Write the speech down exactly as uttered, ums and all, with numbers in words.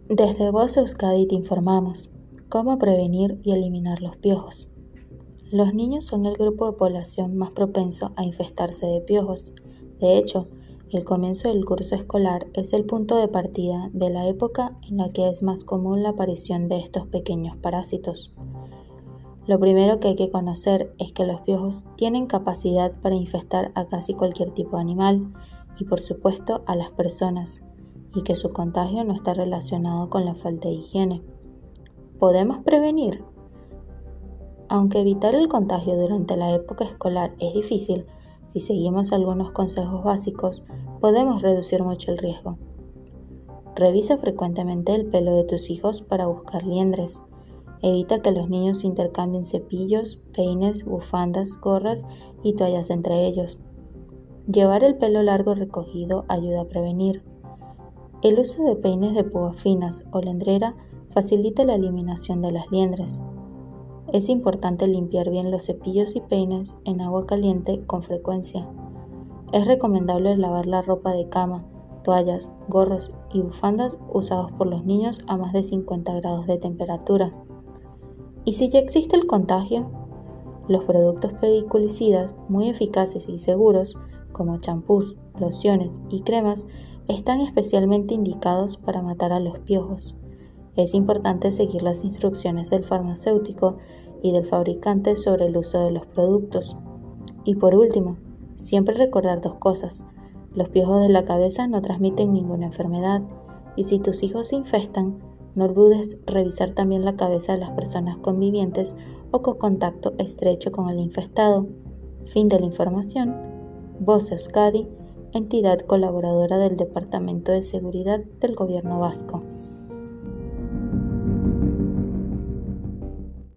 Desde Voz Euskadi te informamos cómo prevenir y eliminar los piojos. Los niños son el grupo de población más propenso a infestarse de piojos. De hecho, el comienzo del curso escolar es el punto de partida de la época en la que es más común la aparición de estos pequeños parásitos. Lo primero que hay que conocer es que los piojos tienen capacidad para infestar a casi cualquier tipo de animal y por supuesto a las personas, y que su contagio no está relacionado con la falta de higiene. ¿Podemos prevenir? Aunque evitar el contagio durante la época escolar es difícil, si seguimos algunos consejos básicos, podemos reducir mucho el riesgo. Revisa frecuentemente el pelo de tus hijos para buscar liendres. Evita que los niños intercambien cepillos, peines, bufandas, gorras y toallas entre ellos. Llevar el pelo largo recogido ayuda a prevenir. El uso de peines de púas finas o lendrera facilita la eliminación de las liendres. Es importante limpiar bien los cepillos y peines en agua caliente con frecuencia. Es recomendable lavar la ropa de cama, toallas, gorros y bufandas usados por los niños a más de cincuenta grados de temperatura. ¿Y si ya existe el contagio? Los productos pediculicidas muy eficaces y seguros, como champús, lociones y cremas, están especialmente indicados para matar a los piojos. Es importante seguir las instrucciones del farmacéutico y del fabricante sobre el uso de los productos. Y por último, siempre recordar dos cosas. Los piojos de la cabeza no transmiten ninguna enfermedad, y si tus hijos se infestan, no olvides revisar también la cabeza de las personas convivientes o con contacto estrecho con el infestado. Fin de la información. Voz Euskadi, entidad colaboradora del Departamento de Seguridad del Gobierno Vasco.